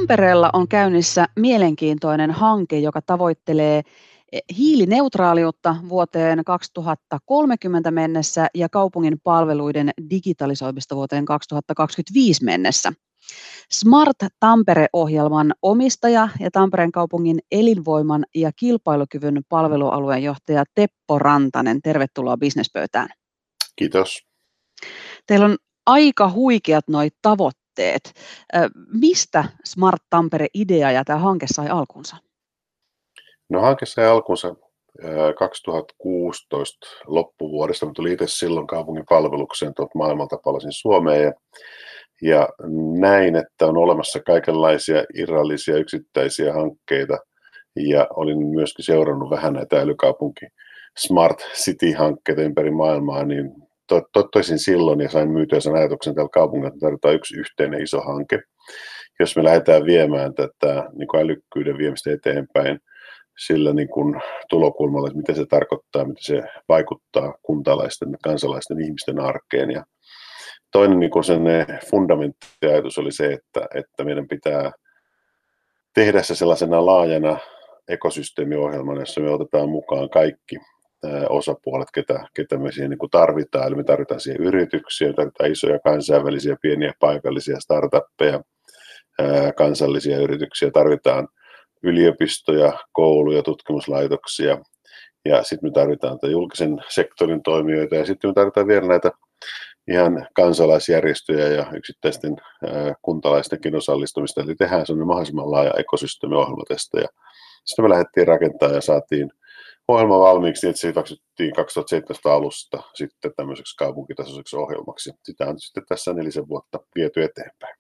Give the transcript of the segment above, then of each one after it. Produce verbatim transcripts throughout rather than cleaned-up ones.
Tampereella on käynnissä mielenkiintoinen hanke, joka tavoittelee eh, hiilineutraaliutta vuoteen kaksituhattakolmekymmentä mennessä ja kaupungin palveluiden digitalisoimista vuoteen kaksituhattakaksikymmentäviisi mennessä. Smart Tampere-ohjelman omistaja ja Tampereen kaupungin elinvoiman ja kilpailukyvyn palvelualueen johtaja Teppo Rantanen. Tervetuloa Businesspöytään. Kiitos. Teillä on aika huikeat noi tavoitteet. Mistä Smart Tampere-idea ja tämä hanke sai alkunsa? No hanke sai alkunsa kaksituhattakuusitoista loppuvuodesta. Mä tulin itse silloin kaupungin palvelukseen tuolta maailmalta, palasin Suomeen ja, ja näin, että on olemassa kaikenlaisia irrallisia yksittäisiä hankkeita ja olin myöskin seurannut vähän näitä älykaupunki Smart City-hankkeita ympäri maailmaa, niin to, to, toisin silloin ja sain myytyä sen ajatuksen täällä kaupungilla, että tarvitaan yksi yhteinen iso hanke, jos me lähdetään viemään tätä niin kuin älykkyyden viemistä eteenpäin sillä niin kuin tulokulmalla, että mitä se tarkoittaa, mitä se vaikuttaa kuntalaisten, kansalaisten, ihmisten arkeen. Ja toinen niin kuin sen fundamenttiajatus oli se, että, että meidän pitää tehdä se sellaisena laajana ekosysteemiohjelmana, jossa me otetaan mukaan kaikki osapuolet, ketä, ketä me siihen niin kuin tarvitaan. Eli me tarvitaan siihen yrityksiä, me tarvitaan isoja kansainvälisiä, pieniä paikallisia startuppeja, kansallisia yrityksiä, tarvitaan yliopistoja, kouluja, tutkimuslaitoksia ja sitten me tarvitaan julkisen sektorin toimijoita ja sitten me tarvitaan vielä näitä ihan kansalaisjärjestöjä ja yksittäisten ää, kuntalaistenkin osallistumista, eli tehdään sellainen mahdollisimman laaja ekosysteemiohjelma tästä ja sitten me lähdettiin rakentamaan ja saatiin ohjelma valmiiksi, että se hyväksyttiin kaksituhattaseitsemäntoista alusta sitten tämmöiseksi kaupunkitasoiseksi ohjelmaksi. Sitä on sitten tässä nelisen vuotta viety eteenpäin.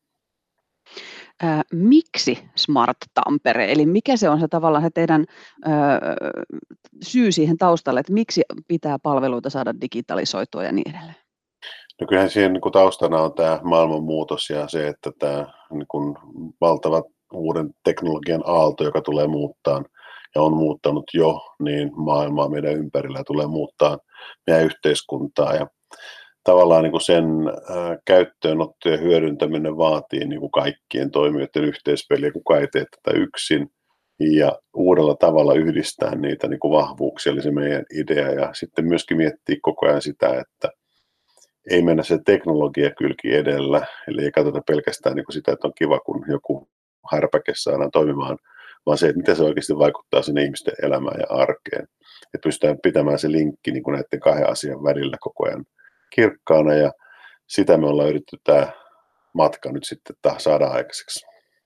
Ää, miksi Smart Tampere, eli mikä se on se tavallaan se teidän ää, syy siihen taustalle, että miksi pitää palveluita saada digitalisoitua ja niin edelleen? No kyllähän siihen niin kuin taustana on tämä maailmanmuutos ja se, että tämä niin kuin valtava uuden teknologian aalto, joka tulee muuttaa ja on muuttanut jo, niin maailmaa meidän ympärillä ja tulee muuttaa meidän yhteiskuntaa ja tavallaan niin kuin sen ää, käyttöönotto ja hyödyntäminen vaatii niin kuin kaikkien toimijoiden yhteispeliä, kukaan ei tee tätä yksin ja uudella tavalla yhdistää niitä niin kuin vahvuuksia, eli se meidän idea ja sitten myöskin miettiä koko ajan sitä, että ei mennä se teknologiakylki edellä, eli ei katsota pelkästään niin kuin sitä, että on kiva, kun joku härpäke saadaan toimimaan, vaan se, että miten se oikeasti vaikuttaa sinne ihmisten elämään ja arkeen. Että pystytään pitämään se linkki niin kuin näiden kahden asian välillä koko ajan kirkkaana, ja sitä me ollaan yritetty tämä matka nyt sitten saada aikaiseksi.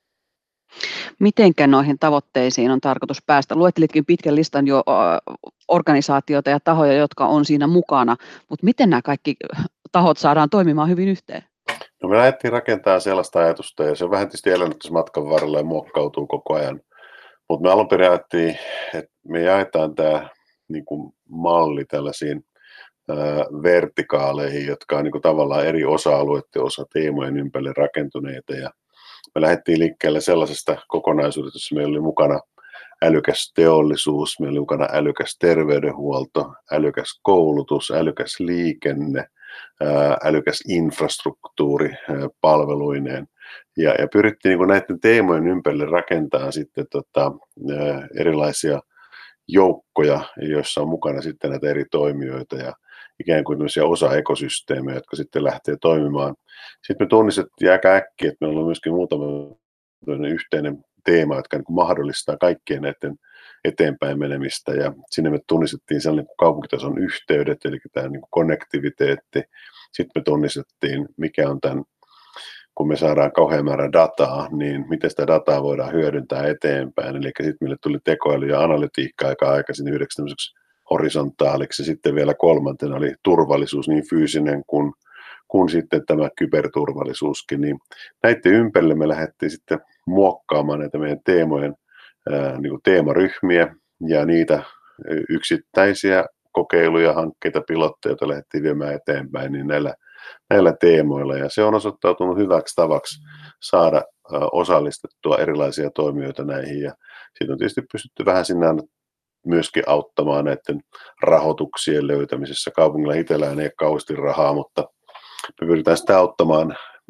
Mitenkä noihin tavoitteisiin on tarkoitus päästä? Luettelitkin pitkän listan jo organisaatioita ja tahoja, jotka on siinä mukana, mutta miten nämä kaikki tahot saadaan toimimaan hyvin yhteen? No me lähdettiin rakentamaan sellaista ajatusta, ja se on vähän tietysti elänyt tässä matkan varrella ja muokkautuu koko ajan. Mutta me alun perin ajattiin, että me jaetaan tämä niin kuin malli tällaisiin ää, vertikaaleihin, jotka on niin kuin tavallaan eri osa-alueiden osa teemojen ympärille rakentuneita. Ja me lähdettiin liikkeelle sellaisesta kokonaisuudesta, jossa meillä oli mukana älykäs teollisuus, meillä oli mukana älykäs terveydenhuolto, älykäs koulutus, älykäs liikenne, älykäs infrastruktuuri palveluineen. Ja, ja pyrittiin niin kuin näiden teemojen ympärille rakentamaan sitten tota, erilaisia joukkoja, joissa on mukana sitten näitä eri toimijoita ja ikään kuin osa-ekosysteemejä, jotka sitten lähtee toimimaan. Sitten me tunnistettiin aika äkkiä, että meillä on myöskin muutama yhteinen teema, jotka niin kuin mahdollistaa kaikkien näiden eteenpäin menemistä. Ja sinne me tunnistettiin sellainen kaupunkitason yhteydet, eli tämä niin kuin konnektiviteetti. Sitten me tunnistettiin, mikä on tämän, kun me saadaan kauhean määrä dataa, niin miten sitä dataa voidaan hyödyntää eteenpäin. Eli sitten meille tuli tekoäly ja analytiikka aika aikaisin yhdeksi tämmöiseksi horisontaaliksi. Sitten vielä kolmantena oli turvallisuus, niin fyysinen kuin, kuin sitten tämä kyberturvallisuuskin. Niin näiden ympärille me lähdettiin sitten muokkaamaan näitä meidän teemojen ää, niin kuin teemaryhmiä ja niitä yksittäisiä kokeiluja, hankkeita, pilotteja, joita lähdettiin viemään eteenpäin niin näillä, näillä teemoilla. Ja se on osoittautunut hyväksi tavaksi saada ää, osallistettua erilaisia toimijoita näihin. Ja siitä on tietysti pystytty vähän sinne myöskin auttamaan näiden rahoituksien löytämisessä. Kaupungilla itsellään ei ole kauheasti rahaa, mutta me pyritään sitä auttamaan me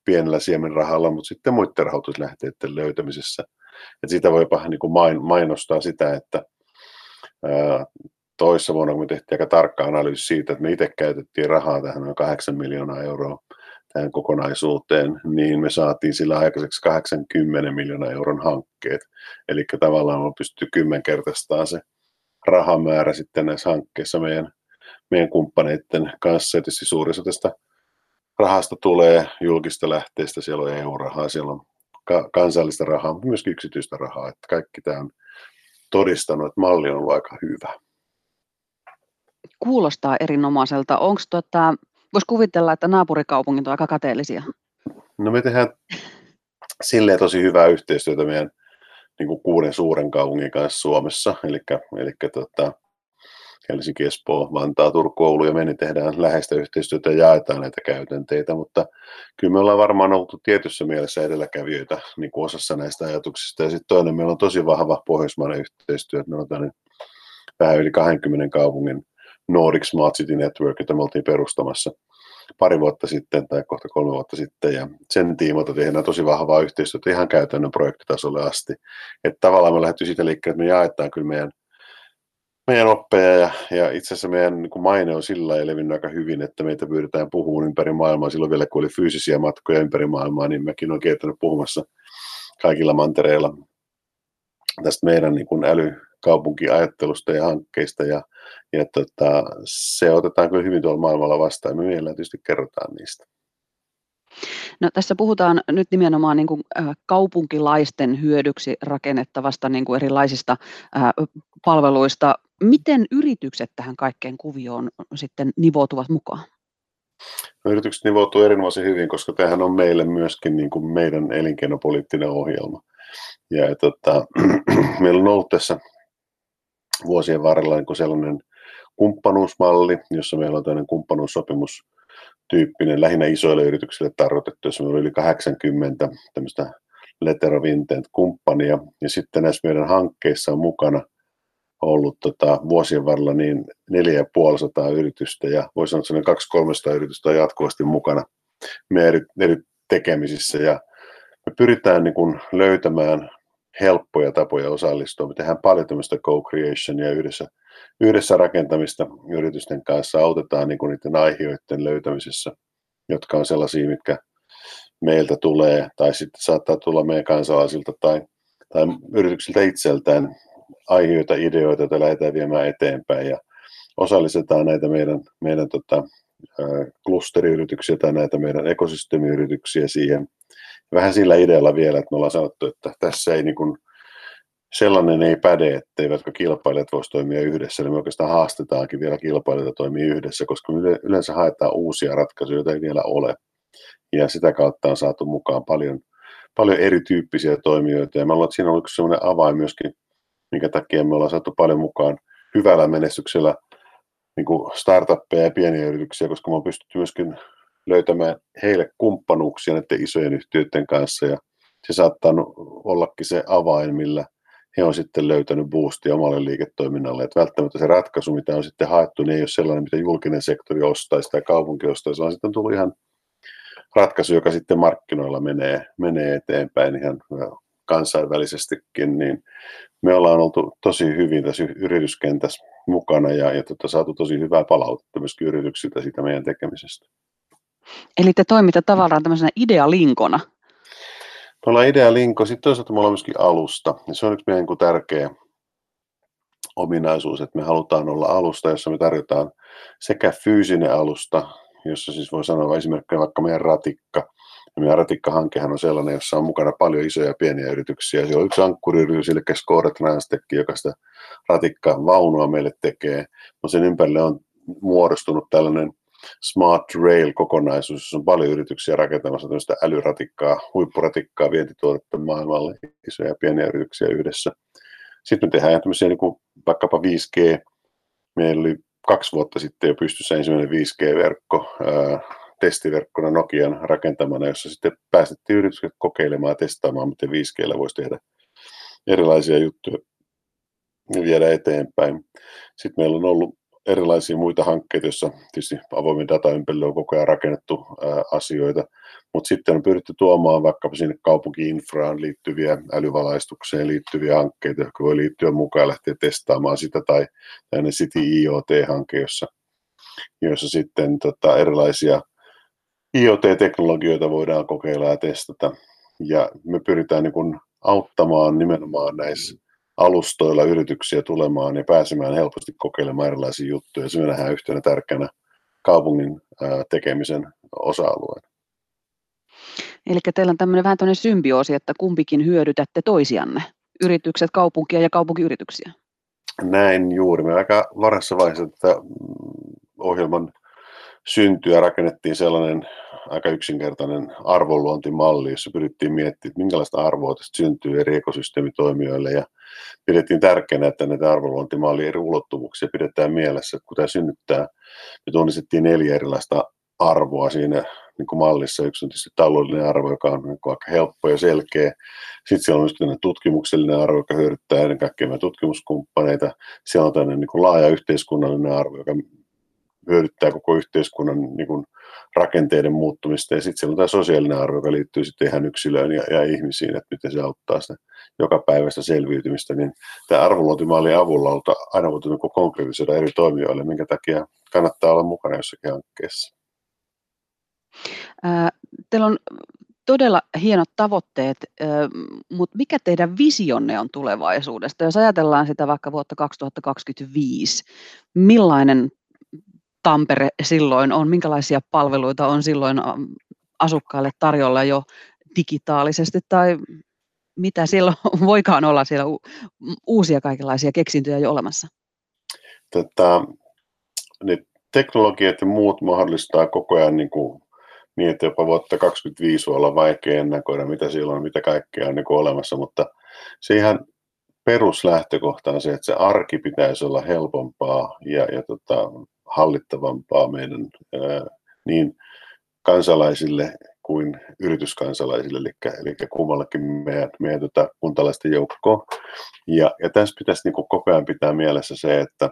pienellä siemenrahalla, mutta sitten muiden rahoituslähteiden löytämisessä. Et sitä voi jopa niin kuin mainostaa sitä, että ää, toissa vuonna, kun me tehtiin aika tarkka analyysi siitä, että me itse käytettiin rahaa tähän noin kahdeksan miljoonaa euroa tähän kokonaisuuteen, niin me saatiin sillä aikaiseksi kahdeksankymmentä miljoonaa euron hankkeet. Eli tavallaan me pystytty kymmenkertaistamaan se rahamäärä sitten näissä hankkeissa meidän, meidän kumppaneiden kanssa. Ja tietysti suurin osa tästä rahasta tulee julkista lähteistä, siellä on E U-rahaa, siellä on ka- kansallista rahaa, mutta myöskin yksityistä rahaa. Että kaikki tämä on todistanut, että malli on ollut aika hyvä. Kuulostaa erinomaiselta. Onko tota, voisi kuvitella, että naapurikaupungit on aika kateellisia? No me tehdään silleen tosi hyvää yhteistyötä meidän niin kuin kuuden suuren kaupungin kanssa Suomessa, eli, eli tota, Helsinki, Espoo, Vantaa, Turku, Oulu ja me niin tehdään läheistä yhteistyötä ja jaetaan näitä käytänteitä, mutta kyllä me ollaan varmaan oltu tietyssä mielessä edelläkävijöitä niin kuin osassa näistä ajatuksista. Ja sitten toinen, meillä on tosi vahva pohjoismainen yhteistyö, että meillä on tämmöinen vähän yli kaksikymmentä kaupungin Nordic Smart City Network, jota me oltiin perustamassa pari vuotta sitten tai kohta kolme vuotta sitten, ja sen tiimoilta tehdään tosi vahvaa yhteistyötä ihan käytännön projektitasolle asti. Että tavallaan me lähdetty siitä liikkeelle, että me jaetaan kyllä meidän meidän oppeja ja, ja itse asiassa meidän niin kuin maine on sillä lailla levinnyt aika hyvin, että meitä pyydetään puhumaan ympäri maailmaa. Silloin vielä, kun oli fyysisiä matkoja ympäri maailmaa, niin mäkin olen kiertänyt puhumassa kaikilla mantereilla tästä meidän niin kuin älykaupunkiajattelusta ja hankkeista. Ja, ja tota, se otetaan kyllä hyvin tuolla maailmalla vastaan, ja me mielellään tietysti kerrotaan niistä. No, tässä puhutaan nyt nimenomaan niin kuin, äh, kaupunkilaisten hyödyksi rakennettavasta niin kuin erilaisista äh, palveluista. Miten yritykset tähän kaikkeen kuvioon sitten nivoutuvat mukaan? No, yritykset nivoutuu erinomaisen hyvin, koska tämähän on meille myöskin niin kuin meidän elinkeinopoliittinen ohjelma. Ja, ja tota, meillä on ollut tässä vuosien varrella niin kuin sellainen kumppanuusmalli, jossa meillä on tällainen kumppanuussopimus tyyppinen, lähinnä isoille yrityksille tarkoitettu, jossa meillä oli yli kahdeksankymmentä tämmöistä letter of intent-kumppania, ja sitten näissä meidän hankkeissa on mukana ollut tota, vuosien varrella niin neljätuhatta viisisataa yritystä, ja voi sanoa, että kaksisataa kolmesataa yritystä on jatkuvasti mukana meidän eri, eri tekemisissä, ja me pyritään niin kuin löytämään helppoja tapoja osallistua. Me tehdään paljon tämmöistä co-creationia yhdessä, yhdessä rakentamista yritysten kanssa, autetaan niin kuin niiden aiheiden löytämisessä, jotka on sellaisia, mitkä meiltä tulee, tai sitten saattaa tulla meidän kansalaisilta tai, tai yrityksiltä itseltään aiheita, ideoita, joita lähdetään viemään eteenpäin, ja osallistetaan näitä meidän, meidän tota, klusteriyrityksiä tai näitä meidän ekosysteemiyrityksiä siihen. Vähän sillä idealla vielä, että me ollaan sanottu, että tässä ei niin kuin, sellainen ei päde, etteivätkö kilpailijat voisi toimia yhdessä. Eli me oikeastaan haastetaankin vielä kilpailijoita toimia yhdessä, koska me yleensä haetaan uusia ratkaisuja, joita ei vielä ole. Ja sitä kautta on saatu mukaan paljon, paljon erityyppisiä toimijoita. Ja mä luulen, että siinä on yksi sellainen avain myöskin, minkä takia me ollaan saatu paljon mukaan hyvällä menestyksellä niin kuin startuppeja ja pieniä yrityksiä, koska me on pystytty myöskin löytämään heille kumppanuuksia näiden isojen yhtiöiden kanssa, ja se saattaa ollakin se avain, millä he on sitten löytänyt boostia omalle liiketoiminnalle. Että välttämättä se ratkaisu, mitä on sitten haettu, niin ei ole sellainen, mitä julkinen sektori ostaisi tai kaupunki ostaisi, vaan sitten on tullut ihan ratkaisu, joka sitten markkinoilla menee, menee eteenpäin ihan kansainvälisestikin, niin me ollaan oltu tosi hyvin tässä yrityskentässä mukana ja, ja tota, saatu tosi hyvää palautetta myöskin yrityksiltä siitä meidän tekemisestä. Eli te toimitte tavallaan tämmöisenä idealinkona? Me ollaan idealinko, sitten toisaalta me ollaan myöskin alusta, ja se on nyt meidän tärkeä ominaisuus, että me halutaan olla alusta, jossa me tarjotaan sekä fyysinen alusta, jossa siis voi sanoa esimerkkinä vaikka meidän ratikka. Ja meidän ratikkahankehan on sellainen, jossa on mukana paljon isoja ja pieniä yrityksiä. Siellä on yksi ankkuriyritys, eli Score Transtech, joka sitä ratikkaa vaunua meille tekee. No sen ympärille on muodostunut tällainen Smart Rail-kokonaisuus, jossa on paljon yrityksiä rakentamassa tämmöistä älyratikkaa, huippuratikkaa, vientituotetta maailmalle, isoja ja pieniä yrityksiä yhdessä. Sitten me tehdään tämmöisiä niin kuin vaikkapa viisi G. Meillä oli kaksi vuotta sitten jo pystyssä ensimmäinen viisi G-verkko, ää, testiverkkona Nokian rakentamana, jossa sitten päästettiin yritykset kokeilemaan ja testaamaan, miten viisi G:llä voisi tehdä erilaisia juttuja ja viedä eteenpäin. Sitten meillä on ollut erilaisia muita hankkeita, joissa tietysti avoimen datan ympärille on koko ajan rakennettu ää, asioita, mutta sitten on pyritty tuomaan vaikkapa sinne kaupunki-infraan liittyviä, älyvalaistukseen liittyviä hankkeita, jotka voi liittyä mukaan ja lähteä testaamaan sitä, tai tämmöinen City I O T-hanke, jossa, jossa sitten tota, erilaisia I O T-teknologioita voidaan kokeilla ja testata, ja me pyritään niin kuin auttamaan nimenomaan näissä alustoilla yrityksiä tulemaan ja pääsemään helposti kokeilemaan erilaisia juttuja. Se me nähdään yhtenä tärkeänä kaupungin ää, tekemisen osa-alueena. Eli teillä on tämmöinen vähän tämmöinen symbioosi, että kumpikin hyödytätte toisianne, yritykset, kaupunkia ja kaupunkiyrityksiä. Näin juuri. Me aika varhaisessa vaiheessa tätä ohjelman syntyä rakennettiin sellainen aika yksinkertainen arvonluontimalli, jossa pyrittiin miettimään, että minkälaista arvoa tästä syntyy eri ekosysteemitoimijoille, ja pidettiin tärkeänä, että näitä arvonluontimallin eri ulottuvuuksia pidetään mielessä, että kun tämä synnyttää, me tunnistettiin neljä erilaista arvoa siinä niin kuin mallissa. Yksi on tietysti taloudellinen arvo, joka on niin kuin aika helppo ja selkeä. Sitten siellä on myös tutkimuksellinen arvo, joka hyödyttää ennen kaikkea meidän tutkimuskumppaneita. Siellä on tämmöinen niin kuin laaja yhteiskunnallinen arvo, joka hyödyttää koko yhteiskunnan niin kuin rakenteiden muuttumista, ja sitten siellä on tämä sosiaalinen arvo, joka liittyy sitten ihan yksilöön ja, ja ihmisiin, että miten se auttaa sitä joka päivästä selviytymistä, niin tämä arvonluontimallin avulla on aina voitu niin konkretisoida eri toimijoille, minkä takia kannattaa olla mukana jossakin hankkeessa. Ää, teillä on todella hienot tavoitteet, mutta mikä teidän visionne on tulevaisuudesta? Jos ajatellaan sitä vaikka vuotta kaksituhattakaksikymmentäviisi, millainen Tampere silloin on, minkälaisia palveluita on silloin asukkaille tarjolla jo digitaalisesti, tai mitä siellä voikaan olla siellä uusia kaikenlaisia keksintöjä jo olemassa? Tätä, ne teknologiat ja muut mahdollistaa koko ajan niin, kuin, niin että jopa vuotta kaksikymmentäviisi voi olla vaikea ennakoida, mitä siellä on, mitä kaikkea on niin kuin olemassa, mutta se ihan peruslähtökohta on se, että se arki pitäisi olla helpompaa ja, ja tota, hallittavampaa meidän ää, niin kansalaisille kuin yrityskansalaisille, eli, eli kummallakin meidän, meidän tota, kuntalaisten joukkoon. Ja, ja tässä pitäisi niin kuin koko ajan pitää mielessä se, että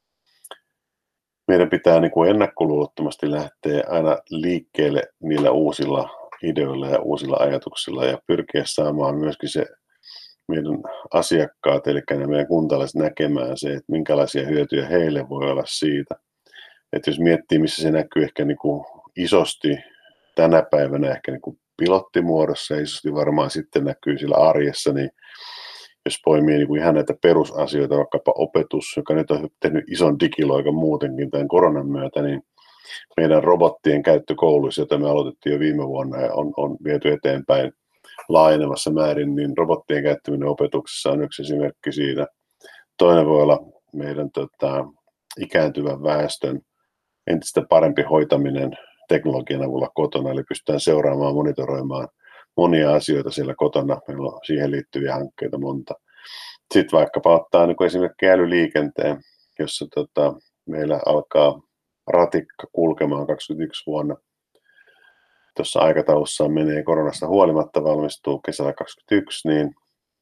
meidän pitää niin kuin ennakkoluulottomasti lähteä aina liikkeelle niillä uusilla ideoilla ja uusilla ajatuksilla ja pyrkiä saamaan myöskin se meidän asiakkaat, eli nämä meidän kuntalaiset näkemään se, että minkälaisia hyötyjä heille voi olla siitä. Että jos miettii, missä se näkyy ehkä niin kuin isosti tänä päivänä, ehkä niin kuin pilottimuodossa ja isosti varmaan sitten näkyy sillä arjessa, niin jos poimii niin kuin ihan näitä perusasioita, vaikkapa opetus, joka nyt on tehnyt ison digiloikan muutenkin tämän koronan myötä, niin meidän robottien käyttö kouluissa, jota me aloitettiin jo viime vuonna ja on, on viety eteenpäin laajenevassa määrin, niin robottien käyttäminen opetuksessa on yksi esimerkki siitä. Toinen voi olla meidän tota, ikääntyvän väestön entistä parempi hoitaminen teknologian avulla kotona, eli pystytään seuraamaan, monitoroimaan monia asioita siellä kotona. Meillä on siihen liittyviä hankkeita monta. Sitten vaikkapa ottaa niin esimerkiksi älyliikenteen, jossa tota, meillä alkaa ratikka kulkemaan kaksikymmentäyksi vuonna. Tuossa aikataulussaan menee koronasta huolimatta, valmistuu kesällä kaksikymmentäyksi, niin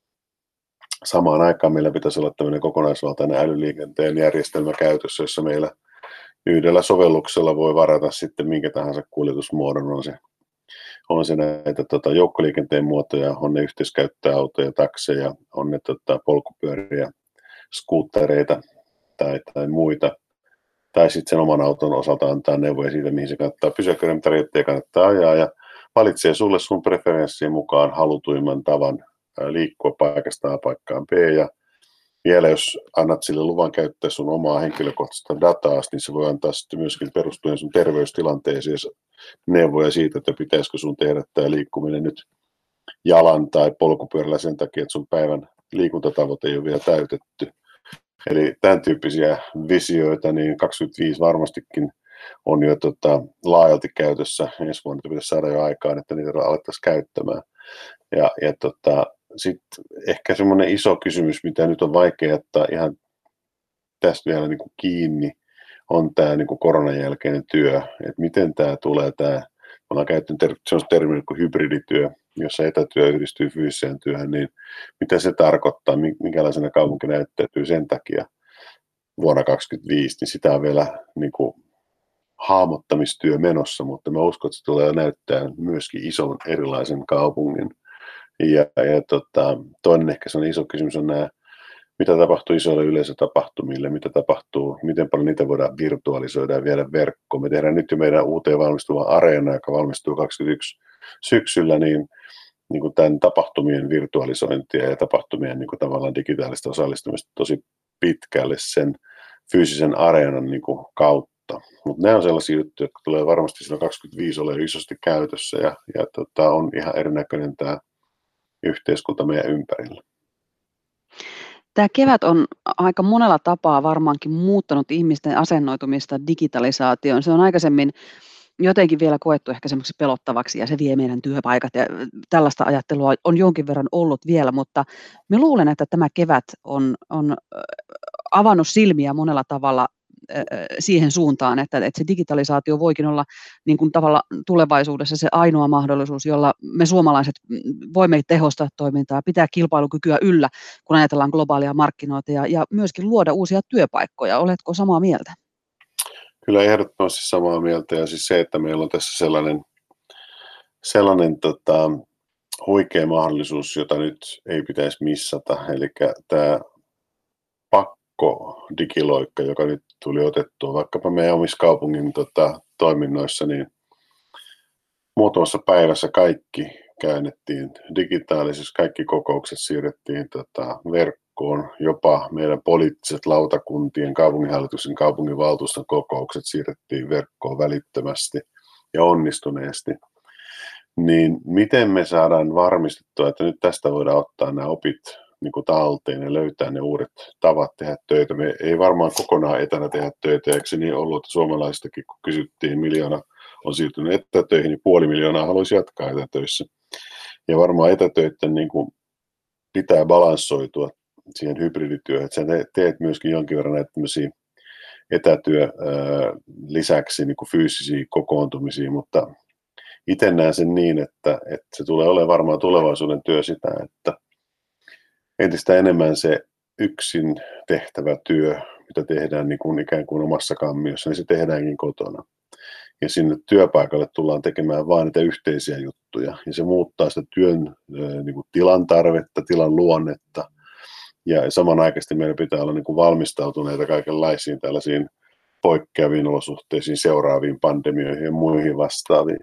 samaan aikaan meillä pitäisi olla tämmöinen kokonaisvaltainen älyliikenteen järjestelmä käytössä, jossa meillä yhdellä sovelluksella voi varata sitten minkä tahansa kuljetusmuodon, on se, on se näitä tota, joukkoliikenteen muotoja, on ne yhteiskäyttöautoja, takseja, on ne tota, polkupyöriä, skuuttereita tai, tai muita. Tai sitten sen oman auton osalta antaa neuvoja siitä, mihin se kannattaa pysäköidä, mitä reittejä kannattaa ajaa, ja valitsee sulle sun preferenssien mukaan halutuimman tavan liikkua paikasta A paikkaan B, ja vielä jos annat sille luvan käyttää sun omaa henkilökohtaista dataa, niin se voi antaa sitten myöskin perustuen sun terveystilanteeseen neuvoja siitä, että pitäisikö sun tehdä tämä liikkuminen nyt jalan tai polkupyörällä sen takia, että sun päivän liikuntatavoite ei ole vielä täytetty. Eli tämän tyyppisiä visioita, niin kaksikymmentäviisi varmastikin on jo tota, laajalti käytössä. Ensi vuonna pitäisi saada jo aikaan, että niitä alettaisiin käyttämään. Ja, ja tota, sitten ehkä semmoinen iso kysymys, mitä nyt on vaikea ottaa ihan tästä vielä niin kuin kiinni, on tämä niin kuin koronan jälkeinen työ. Että miten tämä tulee, tämä, me ollaan käyttänyt ter- sellaista termiä kuin hybridityö, jossa etätyö yhdistyy fyysiseen työhön, niin mitä se tarkoittaa, minkälaisena kaupunki näyttäytyy sen takia. vuonna kaksikymmentäviisi, niin sitä on vielä niin kuin hahmottamistyö menossa, mutta mä uskon, että se tulee näyttää myöskin ison erilaisen kaupungin. Ja, ja tota, toinen ehkä se on iso kysymys on nämä, mitä tapahtuu isoille yleisötapahtumille, mitä tapahtuu, miten paljon niitä voidaan virtualisoida ja viedä verkkoon. Me tehdään nyt jo meidän uuteen valmistuva areena, joka valmistuu kaksikymmentäyksi syksyllä, niin, niin kuin tämän tapahtumien virtualisointia ja tapahtumien niin kuin tavallaan digitaalista osallistumista tosi pitkälle sen fyysisen areenan niin kuin kautta. Mutta nämä on sellaisia juttuja, jotka tulee varmasti silloin kaksikymmentäviisi olemaan isosti käytössä ja, ja tota, on ihan erinäköinen tämä yhteiskunta meidän ympärillä. Tämä kevät on aika monella tapaa varmaankin muuttanut ihmisten asennoitumista digitalisaatioon. Se on aikaisemmin jotenkin vielä koettu ehkä semmoiseksi pelottavaksi ja se vie meidän työpaikat ja tällaista ajattelua on jonkin verran ollut vielä, mutta mä luulen, että tämä kevät on, on avannut silmiä monella tavalla siihen suuntaan, että, että se digitalisaatio voikin olla niin kuin tavalla tulevaisuudessa se ainoa mahdollisuus, jolla me suomalaiset voimme tehostaa toimintaa, pitää kilpailukykyä yllä, kun ajatellaan globaalia markkinoita ja, ja myöskin luoda uusia työpaikkoja. Oletko samaa mieltä? Kyllä ehdottomasti samaa mieltä ja siis se, että meillä on tässä sellainen, sellainen tota, huikea mahdollisuus, jota nyt ei pitäisi missata, eli tämä pakko digiloikka, joka nyt tuli otettua vaikkapa meidän omissa kaupungin tota, toiminnoissa, niin muutamassa päivässä kaikki käännettiin digitaalisesti, kaikki kokoukset siirrettiin tota, verkkoon, jopa meidän poliittiset lautakuntien, kaupunginhallituksen, kaupunginvaltuuston kokoukset siirrettiin verkkoon välittömästi ja onnistuneesti. Niin miten me saadaan varmistettua, että nyt tästä voidaan ottaa nämä opit niin kuin talteen ja löytää ne uudet tavat tehdä töitä. Me ei varmaan kokonaan etänä tehdä töitä, eikö se niin ollut, että suomalaistakin, kun kysyttiin, miljoona on siirtynyt etätöihin, niin puoli miljoonaa haluaisi jatkaa etätöissä. Ja varmaan etätöiden niin kuin pitää balanssoitua siihen hybridityöhön, että sä teet myöskin jonkin verran näitä etätyö ää, lisäksi niin kuin fyysisiä kokoontumisia, mutta itse näen sen niin, että, että se tulee olemaan varmaan tulevaisuuden työ sitä, että entistä enemmän se yksin tehtävä työ, mitä tehdään niin kuin ikään kuin omassa kammiossa, niin se tehdäänkin kotona. Ja sinne työpaikalle tullaan tekemään vain niitä yhteisiä juttuja. Ja se muuttaa sitä työn niin kuin tilan tarvetta, tilan luonnetta. Ja samanaikaisesti meidän pitää olla niin kuin valmistautuneita kaikenlaisiin tällaisiin poikkeaviin olosuhteisiin, seuraaviin pandemioihin ja muihin vastaaviin.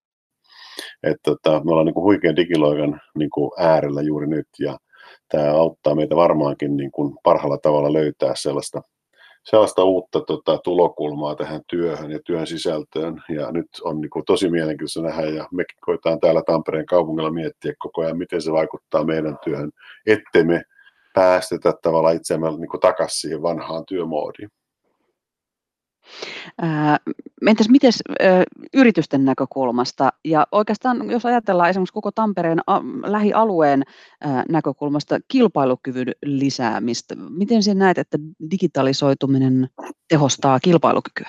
Että tota, me ollaan niin kuin huikean digiloikan niin kuin äärellä juuri nyt ja tämä auttaa meitä varmaankin niin kuin parhaalla tavalla löytää sellaista, sellaista uutta tota, tulokulmaa tähän työhön ja työn sisältöön. Ja nyt on niin kuin tosi mielenkiintoista nähdä ja mekin koetaan täällä Tampereen kaupungilla miettiä koko ajan, miten se vaikuttaa meidän työhön, ettei me päästetä tavallaan itseämme niin kuin takaisin siihen vanhaan työmoodiin. Ää, entäs miten yritysten näkökulmasta ja oikeastaan jos ajatellaan esimerkiksi koko Tampereen a, lähialueen ää, näkökulmasta kilpailukyvyn lisäämistä, miten sinä näet, että digitalisoituminen tehostaa kilpailukykyä?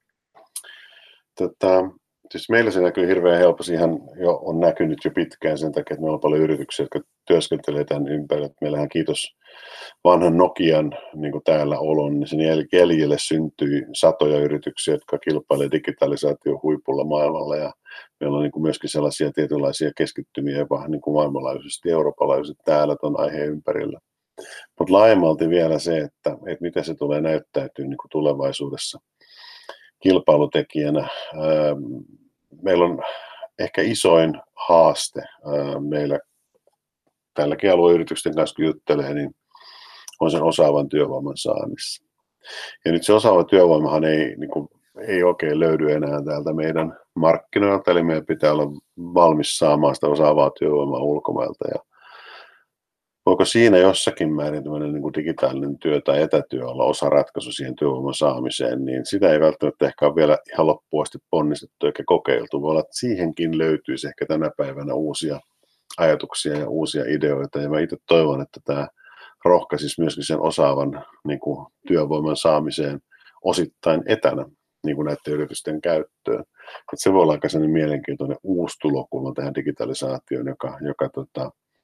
Tota, siis meillä se näkyy hirveän helposti, ihan jo on näkynyt jo pitkään sen takia, että meillä on paljon yrityksiä, jotka työskentelee tämän ympärillä. Meillähän kiitos vanhan Nokian niin kuin täällä olon, niin sen jäljelle syntyi satoja yrityksiä, jotka kilpailevat digitalisaation huipulla maailmalla. Ja meillä on niin kuin myöskin sellaisia tietynlaisia keskittymiä jopa niin kuin maailmanlaajuisesti, eurooppalaisesti täällä tuon aiheen ympärillä. Mutta laajemmalti vielä se, että, että miten se tulee näyttäytyä niin kuin tulevaisuudessa kilpailutekijänä. Meillä on ehkä isoin haaste meillä tälläkin alueyritysten kanssa, kun juttelee, niin on sen osaavan työvoiman saannissa. Ja nyt se osaava työvoimahan ei, niin kuin, ei oikein löydy enää täältä meidän markkinoilta, eli meidän pitää olla valmis saamaan sitä osaavaa työvoimaa ulkomailta. Ja voiko siinä jossakin määrin tämmöinen niin kuin digitaalinen työ tai etätyö olla osa ratkaisu siihen työvoiman saamiseen, niin sitä ei välttämättä ehkä ole vielä ihan loppuun asti ponnistettu eikä kokeiltu. Voi olla, että siihenkin löytyisi ehkä tänä päivänä uusia ajatuksia ja uusia ideoita, ja mä itse toivon, että tämä rohkaisisi myöskin sen osaavan niin kuin, työvoiman saamiseen osittain etänä niin kuin näiden yritysten käyttöön. Että se voi olla aika sellainen mielenkiintoinen uusi tulokulma tähän digitalisaatioon, joka, joka tota,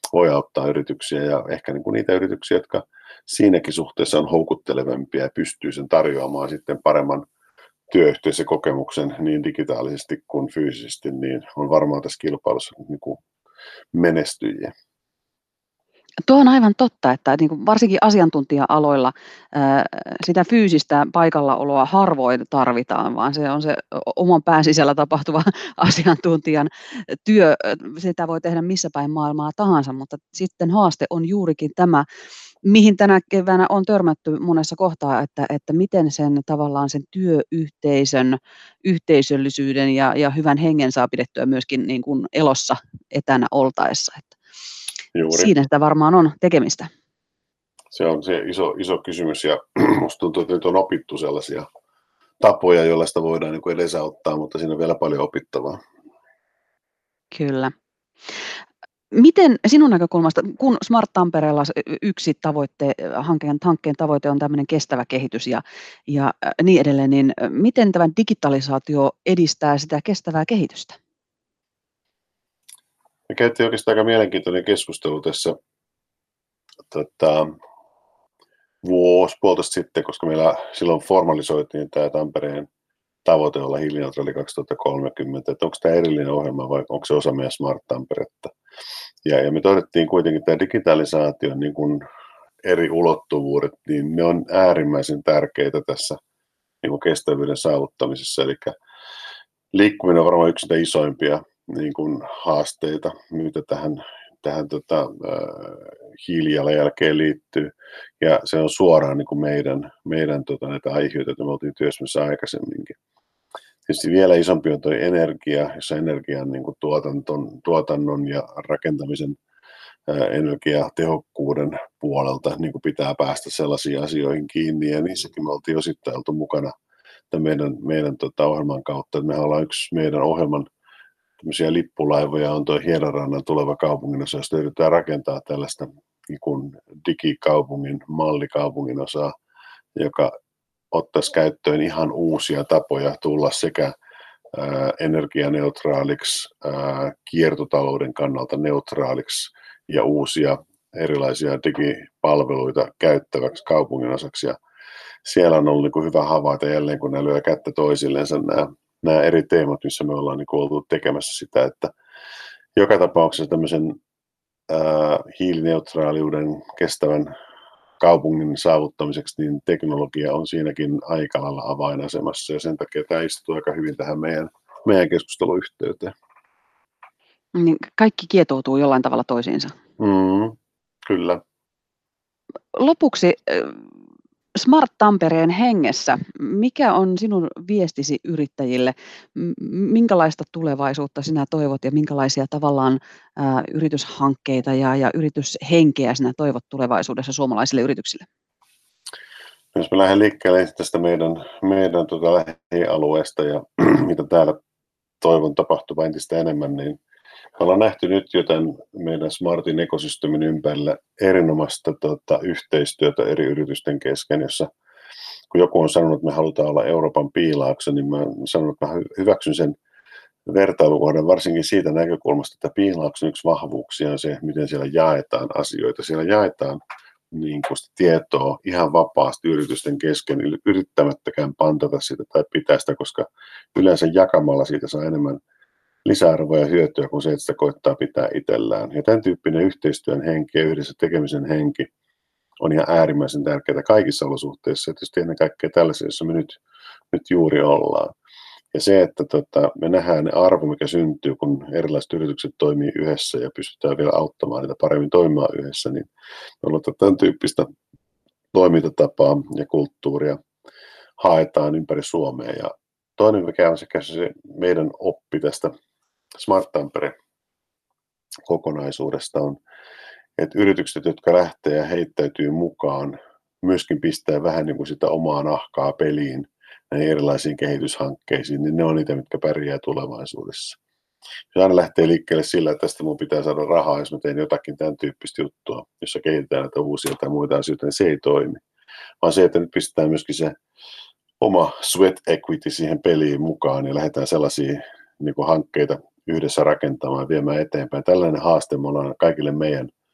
voi auttaa yrityksiä ja ehkä niin kuin niitä yrityksiä, jotka siinäkin suhteessa on houkuttelevampia ja pystyy sen tarjoamaan sitten paremman työyhteisökokemuksen niin digitaalisesti kuin fyysisesti, niin on varmaan tässä kilpailussa niin kuin menestyjiä. Tuo on aivan totta, että niin kuin varsinkin asiantuntija-aloilla ää, sitä fyysistä paikallaoloa harvoin tarvitaan, vaan se on se oman pään sisällä tapahtuva asiantuntijan työ. Sitä voi tehdä missä päin maailmaa tahansa, mutta sitten haaste on juurikin tämä, mihin tänä keväänä on törmätty monessa kohtaa, että, että miten sen tavallaan sen työyhteisön, yhteisöllisyyden ja, ja hyvän hengen saa pidettyä myöskin niin kuin elossa etänä oltaessa. Että Juuri. siinä sitä varmaan on tekemistä. Se on se iso, iso kysymys ja musta tuntuu, että nyt on opittu sellaisia tapoja, joilla sitä voidaan niin kuin edesauttaa, mutta siinä on vielä paljon opittavaa. Kyllä. Miten sinun näkökulmasta, kun Smart Tampereella yksi tavoitte, hankkeen, hankkeen tavoite on tämmöinen kestävä kehitys ja, ja niin edelleen, niin miten tämä digitalisaatio edistää sitä kestävää kehitystä? Me käytiin oikeastaan aika mielenkiintoinen keskustelu tässä tota, vuosi puolitoista sitten, koska meillä silloin formalisoitiin tämä Tampereen tavoite olla hiilineutraali kaksituhattakolmekymmentä, että onko tämä erillinen ohjelma vai onko se osa meidän Smart Tamperetta. Ja, ja me todettiin kuitenkin, että tämä digitalisaation niin kuin eri ulottuvuudet, niin ne on äärimmäisen tärkeitä tässä niin kuin kestävyyden saavuttamisessa. Eli liikkuminen on varmaan yksi niitä isoimpia niin kuin haasteita, mitä tähän, tähän tota, äh, hiilijalanjälkeen liittyy. Ja se on suoraan niin kuin meidän, meidän tota, näitä aiheita, joita me oltiin työsmässä aikaisemminkin. Tietysti vielä isompi on tuo energia, jossa energian niin kuin tuotanton, tuotannon ja rakentamisen ää, energiatehokkuuden puolelta niin kuin pitää päästä sellaisiin asioihin kiinni, ja niissäkin me oltiin osittain oltu mukana meidän, meidän tota, ohjelman kautta. Me ollaan yksi meidän ohjelman lippulaivoja, on tuo Hienorannan tuleva kaupunginosa, josta yritetään rakentaa tällaista niin kuin digikaupungin, mallikaupungin osaa, joka ottaisi käyttöön ihan uusia tapoja tulla sekä ää, energianeutraaliksi, ää, kiertotalouden kannalta neutraaliksi ja uusia erilaisia digipalveluita käyttäväksi kaupungin osaksi. Ja siellä on ollut niin kuin hyvä havaita jälleen, kun ne lyö kättä toisillensa nämä, nämä eri teemat, missä me ollaan niin kuin oltu tekemässä sitä, että joka tapauksessa tämmöisen ää, hiilineutraaliuden kestävän kaupungin saavuttamiseksi, niin teknologia on siinäkin aika lailla avainasemassa, ja sen takia tämä istuu aika hyvin tähän meidän, meidän keskusteluyhteyteen. Niin kaikki kietoutuu jollain tavalla toisiinsa. Mm, kyllä. Lopuksi Smart Tampereen hengessä, mikä on sinun viestisi yrittäjille? Minkälaista tulevaisuutta sinä toivot ja minkälaisia tavallaan ää, yrityshankkeita ja, ja yrityshenkeä sinä toivot tulevaisuudessa suomalaisille yrityksille? Jos me lähden liikkeelle tästä meidän, meidän tuota lähialueesta ja mitä täällä toivon tapahtuva entistä enemmän, niin me ollaan nähty nyt jo tämän meidän Smartin ekosysteemin ympärillä erinomaista tota, yhteistyötä eri yritysten kesken, jossa kun joku on sanonut, että me halutaan olla Euroopan piilaakso, niin mä sanon, että mä hyväksyn sen vertailukohdan varsinkin siitä näkökulmasta, että piilaakson yksi vahvuuksia on se, miten siellä jaetaan asioita. Siellä jaetaan niin kuin tietoa ihan vapaasti yritysten kesken, yrittämättäkään pantata sitä tai pitää sitä, koska yleensä jakamalla siitä saa enemmän lisäarvoa ja hyötyä kuin se, että sitä koittaa pitää itsellään. Ja tämän tyyppinen yhteistyön henki ja yhdessä tekemisen henki on ihan äärimmäisen tärkeää kaikissa olosuhteissa, ja tietysti ennen kaikkea tällaisessa, jossa me nyt, nyt juuri ollaan. Ja se, että tota, me nähdään ne arvo, mikä syntyy, kun erilaiset yritykset toimii yhdessä ja pystytään vielä auttamaan niitä paremmin toimimaan yhdessä, niin me ollaan tämän tyyppistä toimintatapaa ja kulttuuria haetaan ympäri Suomea. Ja toinen, mikä on sekä se meidän oppi tästä Smart Tampere-kokonaisuudesta on, että yritykset, jotka lähtee ja heittäytyy mukaan, myöskin pistää vähän niin kuin sitä omaa nahkaa peliin näihin erilaisiin kehityshankkeisiin, niin ne on niitä, mitkä pärjää tulevaisuudessa. Jos aina lähtee liikkeelle sillä, että tästä mun pitää saada rahaa, jos mä teen jotakin tämän tyyppistä juttua, jossa kehitetään näitä uusia tai muita asioita, niin se ei toimi. Vaan se, että nyt pistetään myöskin se oma sweat equity siihen peliin mukaan ja lähdetään sellaisia niin kuin hankkeita yhdessä rakentamaan ja viemään eteenpäin. Tällainen haaste me ollaan kaikille meidän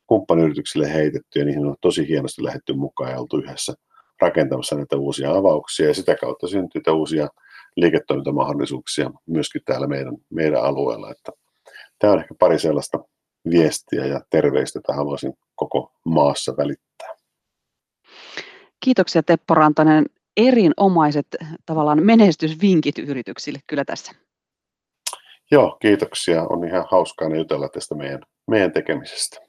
kumppaniyrityksille heitetty ja niihin on tosi hienosti lähdetty mukaan ja oltu yhdessä rakentamassa näitä uusia avauksia ja sitä kautta syntyy uusia liiketoimintamahdollisuuksia myöskin täällä meidän, meidän alueella. Että tämä on ehkä pari sellaista viestiä ja terveistä, jota haluaisin koko maassa välittää. Kiitoksia Teppo Rantanen. Erinomaiset tavallaan menestysvinkit yrityksille kyllä tässä. Joo, kiitoksia. On ihan hauskaa jutella tästä meidän, meidän tekemisestä.